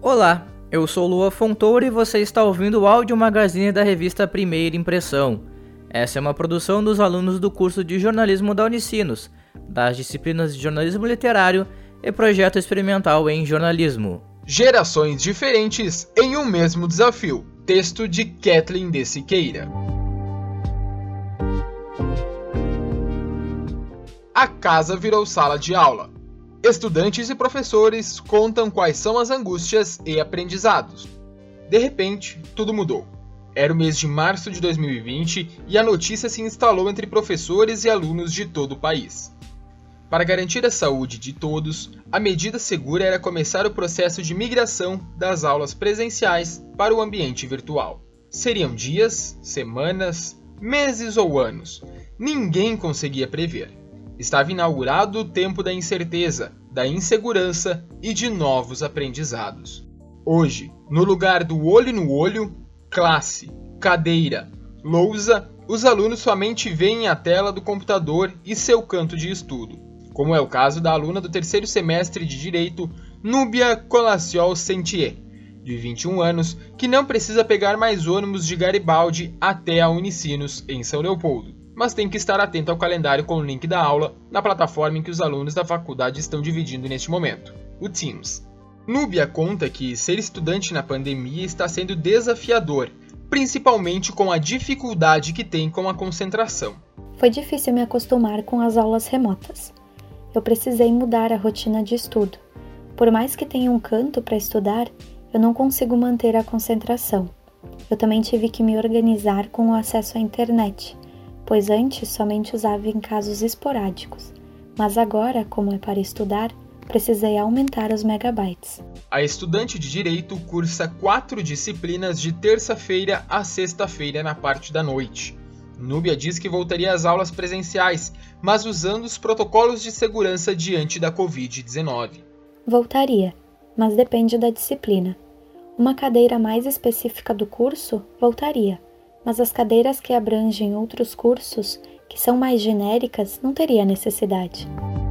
Olá, eu sou Lua Fontoura e você está ouvindo o áudio magazine da revista Primeira Impressão. Essa é uma produção dos alunos do curso de jornalismo da Unicinos, das disciplinas de jornalismo literário e projeto experimental em jornalismo. Gerações diferentes em um mesmo desafio. Texto de Kathleen de Siqueira. A casa virou sala de aula. Estudantes e professores contam quais são as angústias e aprendizados. De repente, tudo mudou. Era o mês de março de 2020 e a notícia se instalou entre professores e alunos de todo o país. Para garantir a saúde de todos, a medida segura era começar o processo de migração das aulas presenciais para o ambiente virtual. Seriam dias, semanas, meses ou anos. Ninguém conseguia prever. Estava inaugurado o tempo da incerteza, da insegurança e de novos aprendizados. Hoje, no lugar do olho no olho, classe, cadeira, lousa, os alunos somente veem a tela do computador e seu canto de estudo, como é o caso da aluna do terceiro semestre de Direito, Núbia Colaciol Sentier, de 21 anos, que não precisa pegar mais ônibus de Garibaldi até a Unicinos, em São Leopoldo, mas tem que estar atento ao calendário com o link da aula na plataforma em que os alunos da faculdade estão dividindo neste momento, o Teams. Núbia conta que ser estudante na pandemia está sendo desafiador, principalmente com a dificuldade que tem com a concentração. Foi difícil me acostumar com as aulas remotas. Eu precisei mudar a rotina de estudo. Por mais que tenha um canto para estudar, eu não consigo manter a concentração. Eu também tive que me organizar com o acesso à internet, pois antes somente usava em casos esporádicos, mas agora, como é para estudar, precisei aumentar os megabytes. A estudante de Direito cursa 4 disciplinas de terça-feira a sexta-feira na parte da noite. Núbia diz que voltaria às aulas presenciais, mas usando os protocolos de segurança diante da Covid-19. Voltaria, mas depende da disciplina. Uma cadeira mais específica do curso, voltaria, mas as cadeiras que abrangem outros cursos, que são mais genéricas, não teria necessidade.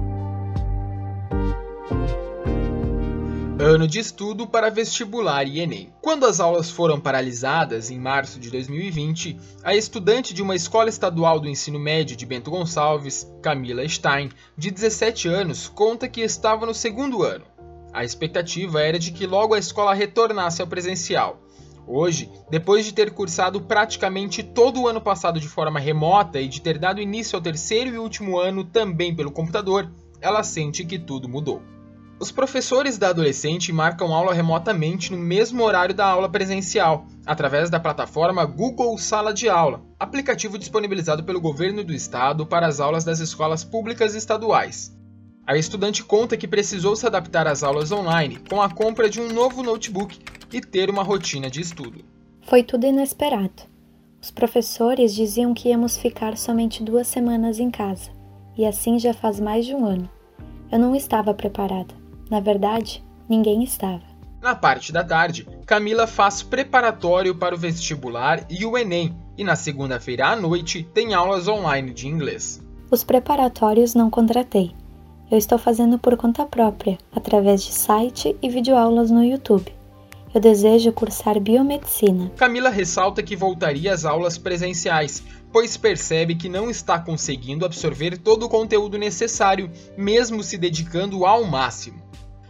Ano de estudo para vestibular e Enem. Quando as aulas foram paralisadas em março de 2020, a estudante de uma escola estadual do ensino médio de Bento Gonçalves, Camila Stein, de 17 anos, conta que estava no segundo ano. A expectativa era de que logo a escola retornasse ao presencial. Hoje, depois de ter cursado praticamente todo o ano passado de forma remota e de ter dado início ao terceiro e último ano também pelo computador, ela sente que tudo mudou. Os professores da adolescente marcam aula remotamente no mesmo horário da aula presencial, através da plataforma Google Sala de Aula, aplicativo disponibilizado pelo governo do estado para as aulas das escolas públicas estaduais. A estudante conta que precisou se adaptar às aulas online com a compra de um novo notebook e ter uma rotina de estudo. Foi tudo inesperado. Os professores diziam que íamos ficar somente 2 semanas em casa, e assim já faz mais de um ano. Eu não estava preparada. Na verdade, ninguém estava. Na parte da tarde, Camila faz preparatório para o vestibular e o Enem, e na segunda-feira à noite tem aulas online de inglês. Os preparatórios não contratei. Eu estou fazendo por conta própria, através de site e videoaulas no YouTube. Eu desejo cursar biomedicina. Camila ressalta que voltaria às aulas presenciais, pois percebe que não está conseguindo absorver todo o conteúdo necessário, mesmo se dedicando ao máximo.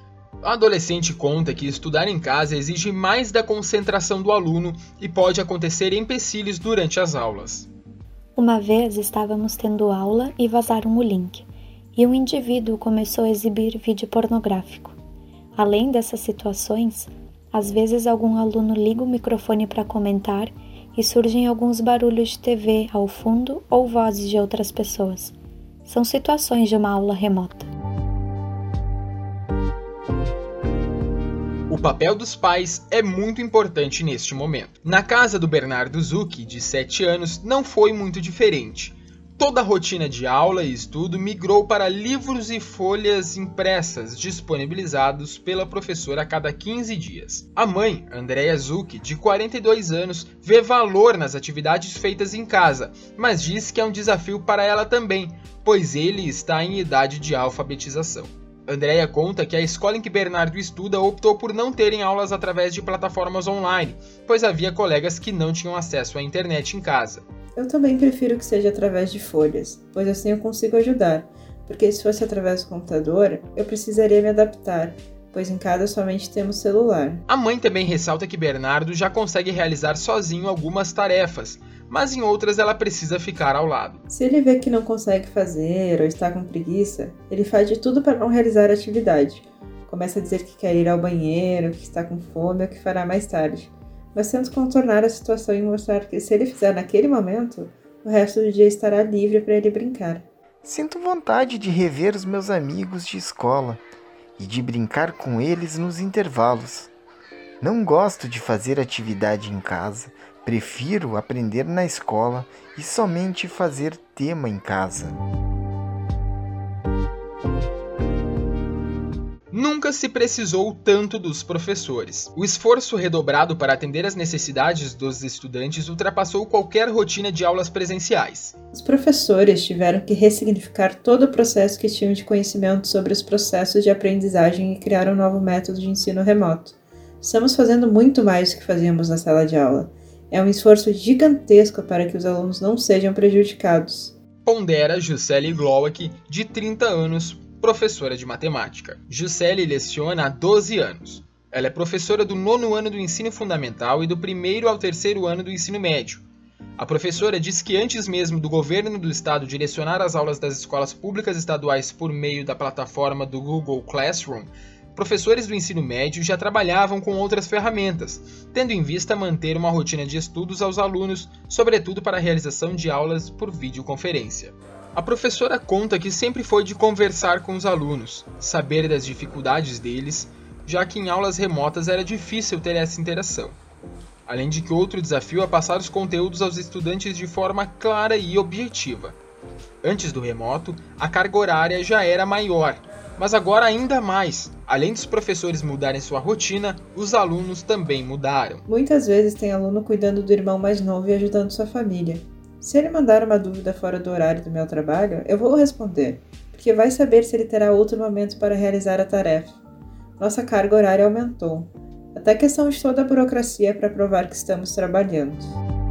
A adolescente conta que estudar em casa exige mais da concentração do aluno e pode acontecer empecilhos durante as aulas. Uma vez estávamos tendo aula e vazaram o link, e um indivíduo começou a exibir vídeo pornográfico. Além dessas situações, às vezes algum aluno liga o microfone para comentar e surgem alguns barulhos de TV ao fundo ou vozes de outras pessoas. São situações de uma aula remota. O papel dos pais é muito importante neste momento. Na casa do Bernardo Zucchi, de 7 anos, não foi muito diferente. Toda a rotina de aula e estudo migrou para livros e folhas impressas disponibilizados pela professora a cada 15 dias. A mãe, Andréa Zucchi, de 42 anos, vê valor nas atividades feitas em casa, mas diz que é um desafio para ela também, pois ele está em idade de alfabetização. Andréia conta que a escola em que Bernardo estuda optou por não terem aulas através de plataformas online, pois havia colegas que não tinham acesso à internet em casa. Eu também prefiro que seja através de folhas, pois assim eu consigo ajudar, porque se fosse através do computador, eu precisaria me adaptar, pois em casa somente temos celular. A mãe também ressalta que Bernardo já consegue realizar sozinho algumas tarefas, mas em outras ela precisa ficar ao lado. Se ele vê que não consegue fazer ou está com preguiça, ele faz de tudo para não realizar a atividade. Começa a dizer que quer ir ao banheiro, que está com fome ou que fará mais tarde. Mas tento contornar a situação e mostrar que se ele fizer naquele momento, o resto do dia estará livre para ele brincar. Sinto vontade de rever os meus amigos de escola e de brincar com eles nos intervalos. Não gosto de fazer atividade em casa, prefiro aprender na escola e somente fazer tema em casa. Nunca se precisou tanto dos professores. O esforço redobrado para atender às necessidades dos estudantes ultrapassou qualquer rotina de aulas presenciais. Os professores tiveram que ressignificar todo o processo que tinham de conhecimento sobre os processos de aprendizagem e criar um novo método de ensino remoto. Estamos fazendo muito mais do que fazíamos na sala de aula. É um esforço gigantesco para que os alunos não sejam prejudicados. Pondera Juscelie Glowacki, de 30 anos, professora de matemática. Juscelie leciona há 12 anos. Ela é professora do 9º ano do ensino fundamental e do 1º ao 3º ano do ensino médio. A professora diz que antes mesmo do governo do estado direcionar as aulas das escolas públicas estaduais por meio da plataforma do Google Classroom, professores do ensino médio já trabalhavam com outras ferramentas, tendo em vista manter uma rotina de estudos aos alunos, sobretudo para a realização de aulas por videoconferência. A professora conta que sempre foi de conversar com os alunos, saber das dificuldades deles, já que em aulas remotas era difícil ter essa interação. Além de que outro desafio é passar os conteúdos aos estudantes de forma clara e objetiva. Antes do remoto, a carga horária já era maior, mas agora ainda mais. Além dos professores mudarem sua rotina, os alunos também mudaram. Muitas vezes tem aluno cuidando do irmão mais novo e ajudando sua família. Se ele mandar uma dúvida fora do horário do meu trabalho, eu vou responder, porque vai saber se ele terá outro momento para realizar a tarefa. Nossa carga horária aumentou. Até questão de toda a burocracia para provar que estamos trabalhando.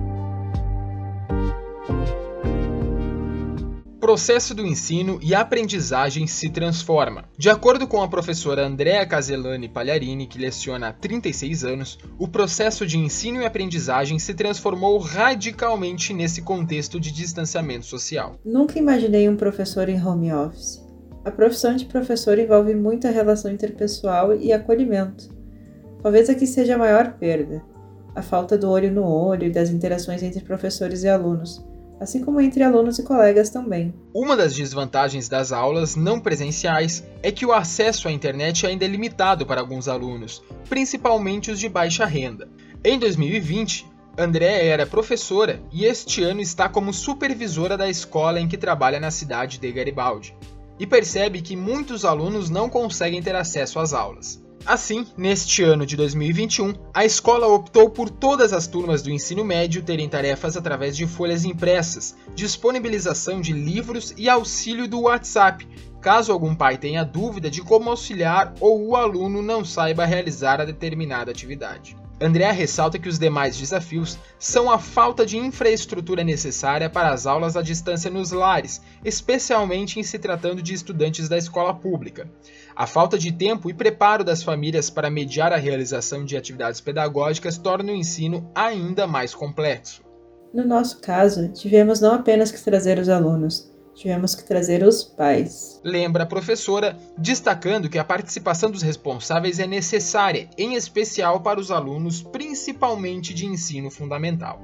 Processo do ensino e aprendizagem se transforma. De acordo com a professora Andréia Casellani Pagliarini, que leciona há 36 anos, o processo de ensino e aprendizagem se transformou radicalmente nesse contexto de distanciamento social. Nunca imaginei um professor em home office. A profissão de professor envolve muita relação interpessoal e acolhimento. Talvez aqui seja a maior perda, a falta do olho no olho e das interações entre professores e alunos, assim como entre alunos e colegas também. Uma das desvantagens das aulas não presenciais é que o acesso à internet ainda é limitado para alguns alunos, principalmente os de baixa renda. Em 2020, Andréia era professora e este ano está como supervisora da escola em que trabalha na cidade de Garibaldi, e percebe que muitos alunos não conseguem ter acesso às aulas. Assim, neste ano de 2021, a escola optou por todas as turmas do ensino médio terem tarefas através de folhas impressas, disponibilização de livros e auxílio do WhatsApp, caso algum pai tenha dúvida de como auxiliar ou o aluno não saiba realizar a determinada atividade. Andréia ressalta que os demais desafios são a falta de infraestrutura necessária para as aulas à distância nos lares, especialmente em se tratando de estudantes da escola pública. A falta de tempo e preparo das famílias para mediar a realização de atividades pedagógicas torna o ensino ainda mais complexo. No nosso caso, tivemos não apenas que trazer os alunos, tivemos que trazer os pais. Lembra a professora, destacando que a participação dos responsáveis é necessária, em especial para os alunos, principalmente de ensino fundamental.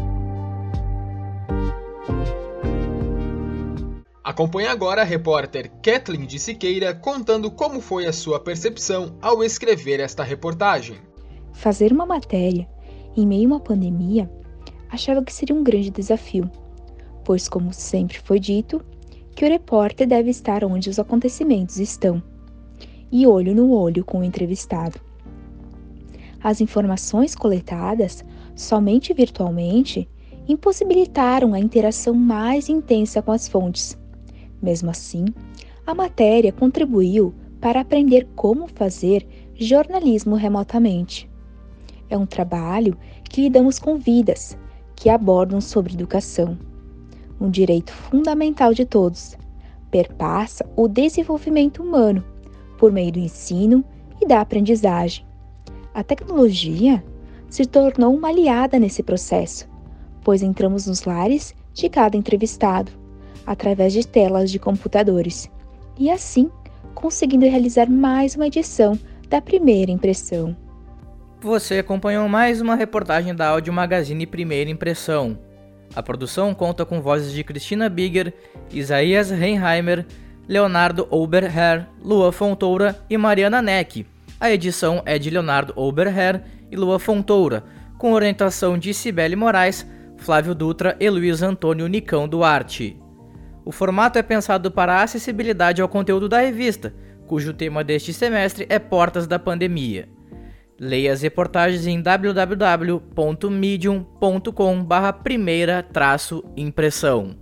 Acompanhe agora a repórter Kathleen de Siqueira contando como foi a sua percepção ao escrever esta reportagem. Fazer uma matéria em meio a uma pandemia achava que seria um grande desafio, pois, como sempre foi dito, que o repórter deve estar onde os acontecimentos estão, e olho no olho com o entrevistado. As informações coletadas somente virtualmente impossibilitaram a interação mais intensa com as fontes. Mesmo assim, a matéria contribuiu para aprender como fazer jornalismo remotamente. É um trabalho que lidamos com vidas que abordam sobre educação, um direito fundamental de todos. Perpassa o desenvolvimento humano por meio do ensino e da aprendizagem. A tecnologia se tornou uma aliada nesse processo, pois entramos nos lares de cada entrevistado, através de telas de computadores, e assim conseguindo realizar mais uma edição da Primeira Impressão. Você acompanhou mais uma reportagem da Áudio Magazine Primeira Impressão. A produção conta com vozes de Cristina Bigger, Isaías Reinheimer, Leonardo Oberherr, Lua Fontoura e Mariana Neck. A edição é de Leonardo Oberherr e Lua Fontoura, com orientação de Cibele Moraes, Flávio Dutra e Luiz Antônio Nicão Duarte. O formato é pensado para a acessibilidade ao conteúdo da revista, cujo tema deste semestre é Portas da Pandemia. Leia as reportagens em www.medium.com/primeira-impressão.